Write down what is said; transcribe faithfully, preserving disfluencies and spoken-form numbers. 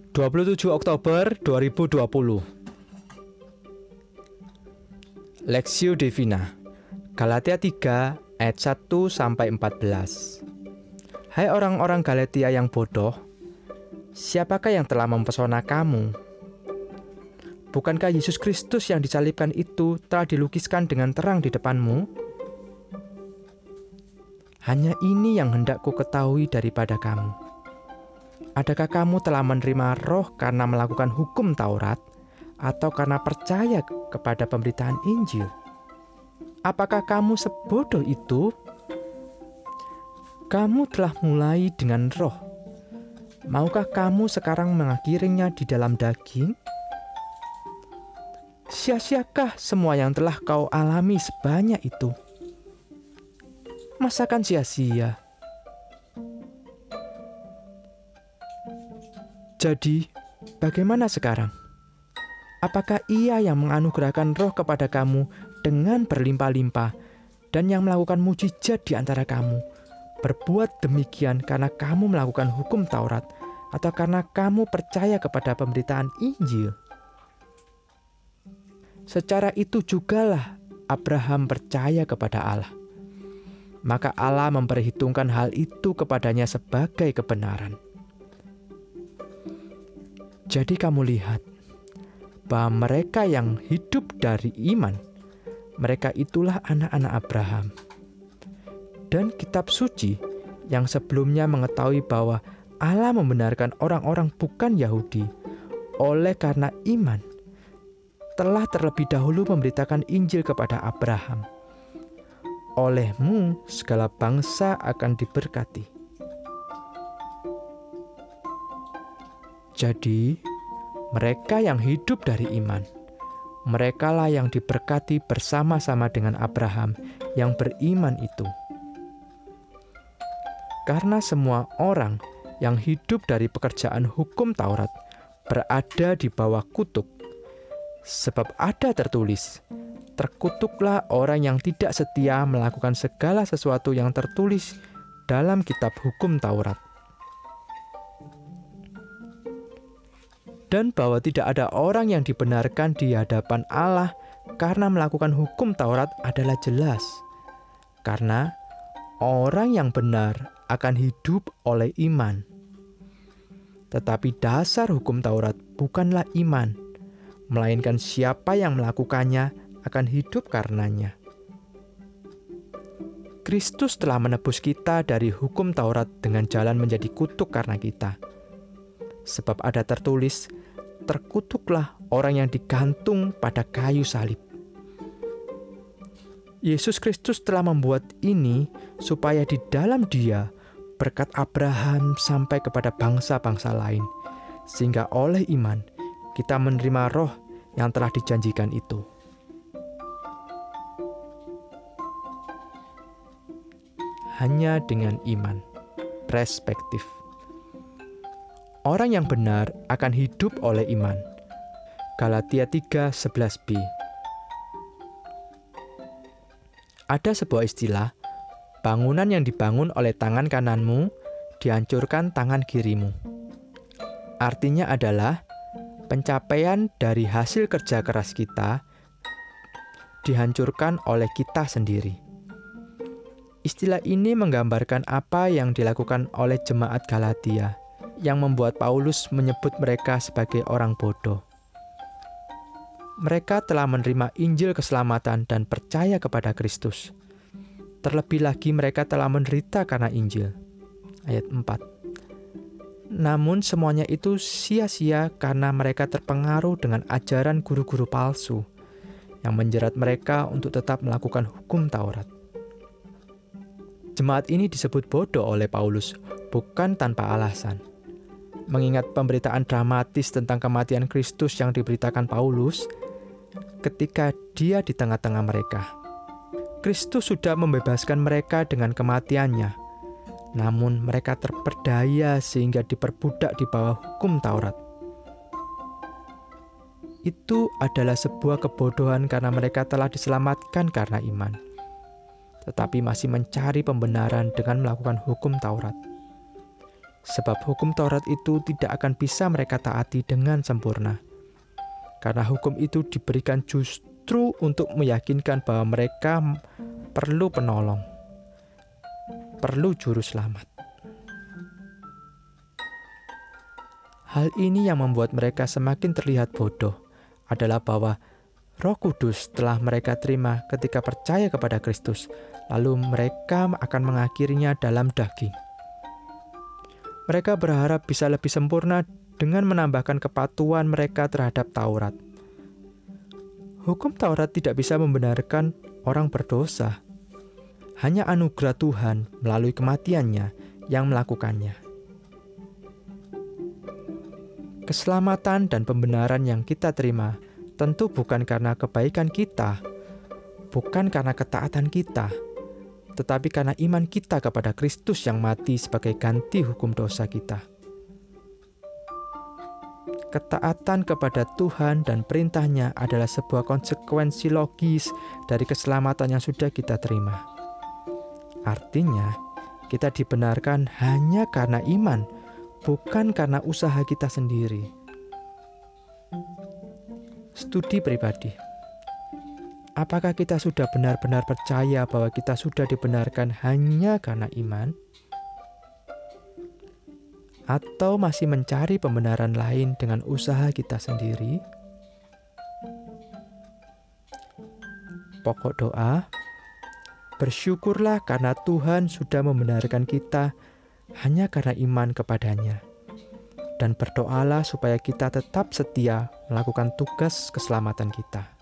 dua puluh tujuh Oktober dua ribu dua puluh. Lectio Divina, Galatia tiga ayat satu sampai empat belas. Hai orang-orang Galatia yang bodoh, siapakah yang telah mempesona kamu? Bukankah Yesus Kristus yang disalibkan itu telah dilukiskan dengan terang di depanmu? Hanya ini yang hendak ku ketahui daripada kamu. Adakah kamu telah menerima Roh karena melakukan hukum Taurat, atau karena percaya kepada pemberitaan Injil? Apakah kamu sebodoh itu? Kamu telah mulai dengan Roh. Maukah kamu sekarang mengakhirinya di dalam daging? Sia-siakah semua yang telah kau alami sebanyak itu? Masakan sia-sia? Jadi, bagaimana sekarang? Apakah Ia yang menganugerahkan Roh kepada kamu dengan berlimpah-limpah dan yang melakukan mujizat di antara kamu berbuat demikian karena kamu melakukan hukum Taurat atau karena kamu percaya kepada pemberitaan Injil? Secara itu jugalah Abraham percaya kepada Allah. Maka Allah memperhitungkan hal itu kepadanya sebagai kebenaran. Jadi kamu lihat bahwa mereka yang hidup dari iman, mereka itulah anak-anak Abraham. Dan kitab suci yang sebelumnya mengetahui bahwa Allah membenarkan orang-orang bukan Yahudi oleh karena iman, telah terlebih dahulu memberitakan Injil kepada Abraham. Olehmu segala bangsa akan diberkati. Jadi, mereka yang hidup dari iman, merekalah yang diberkati bersama-sama dengan Abraham yang beriman itu. Karena semua orang yang hidup dari pekerjaan hukum Taurat berada di bawah kutuk. Sebab ada tertulis, terkutuklah orang yang tidak setia melakukan segala sesuatu yang tertulis dalam kitab hukum Taurat. Dan bahwa tidak ada orang yang dibenarkan di hadapan Allah karena melakukan hukum Taurat adalah jelas. Karena orang yang benar akan hidup oleh iman. Tetapi dasar hukum Taurat bukanlah iman, melainkan siapa yang melakukannya akan hidup karenanya. Kristus telah menebus kita dari hukum Taurat dengan jalan menjadi kutuk karena kita. Sebab ada tertulis, terkutuklah orang yang digantung pada kayu salib. Yesus Kristus telah membuat ini supaya di dalam Dia berkat Abraham sampai kepada bangsa-bangsa lain, sehingga oleh iman kita menerima Roh yang telah dijanjikan itu. Hanya dengan iman. Perspektif. Orang yang benar akan hidup oleh iman. Galatia tiga sebelas b. Ada sebuah istilah, bangunan yang dibangun oleh tangan kananmu dihancurkan tangan kirimu. Artinya adalah pencapaian dari hasil kerja keras kita dihancurkan oleh kita sendiri. Istilah ini menggambarkan apa yang dilakukan oleh jemaat Galatia, yang membuat Paulus menyebut mereka sebagai orang bodoh. Mereka telah menerima Injil keselamatan dan percaya kepada Kristus. Terlebih lagi mereka telah menderita karena Injil. Ayat empat. Namun semuanya itu sia-sia karena mereka terpengaruh dengan ajaran guru-guru palsu yang menjerat mereka untuk tetap melakukan hukum Taurat. Jemaat ini disebut bodoh oleh Paulus, bukan tanpa alasan. Mengingat pemberitaan dramatis tentang kematian Kristus yang diberitakan Paulus ketika dia di tengah-tengah mereka. Kristus sudah membebaskan mereka dengan kematiannya, namun mereka terperdaya sehingga diperbudak di bawah hukum Taurat. Itu adalah sebuah kebodohan karena mereka telah diselamatkan karena iman, tetapi masih mencari pembenaran dengan melakukan hukum Taurat. sebab hukum Taurat itu tidak akan bisa mereka taati dengan sempurna. Karena hukum itu diberikan justru untuk meyakinkan bahwa mereka perlu penolong, perlu juru selamat. Hal ini yang membuat mereka semakin terlihat bodoh adalah bahwa Roh Kudus telah mereka terima ketika percaya kepada Kristus, lalu mereka akan mengakhirinya dalam daging. Mereka berharap bisa lebih sempurna dengan menambahkan kepatuhan mereka terhadap Taurat. Hukum Taurat tidak bisa membenarkan orang berdosa. Hanya anugerah Tuhan melalui kematiannya yang melakukannya. Keselamatan dan pembenaran yang kita terima tentu bukan karena kebaikan kita, bukan karena ketaatan kita, tetapi karena iman kita kepada Kristus yang mati sebagai ganti hukum dosa kita. Ketaatan kepada Tuhan dan perintahnya adalah sebuah konsekuensi logis dari keselamatan yang sudah kita terima. Artinya, kita dibenarkan hanya karena iman, bukan karena usaha kita sendiri. Studi pribadi. Apakah kita sudah benar-benar percaya bahwa kita sudah dibenarkan hanya karena iman? Atau masih mencari pembenaran lain dengan usaha kita sendiri? Pokok doa, bersyukurlah karena Tuhan sudah membenarkan kita hanya karena iman kepadanya. Dan berdoalah supaya kita tetap setia melakukan tugas keselamatan kita.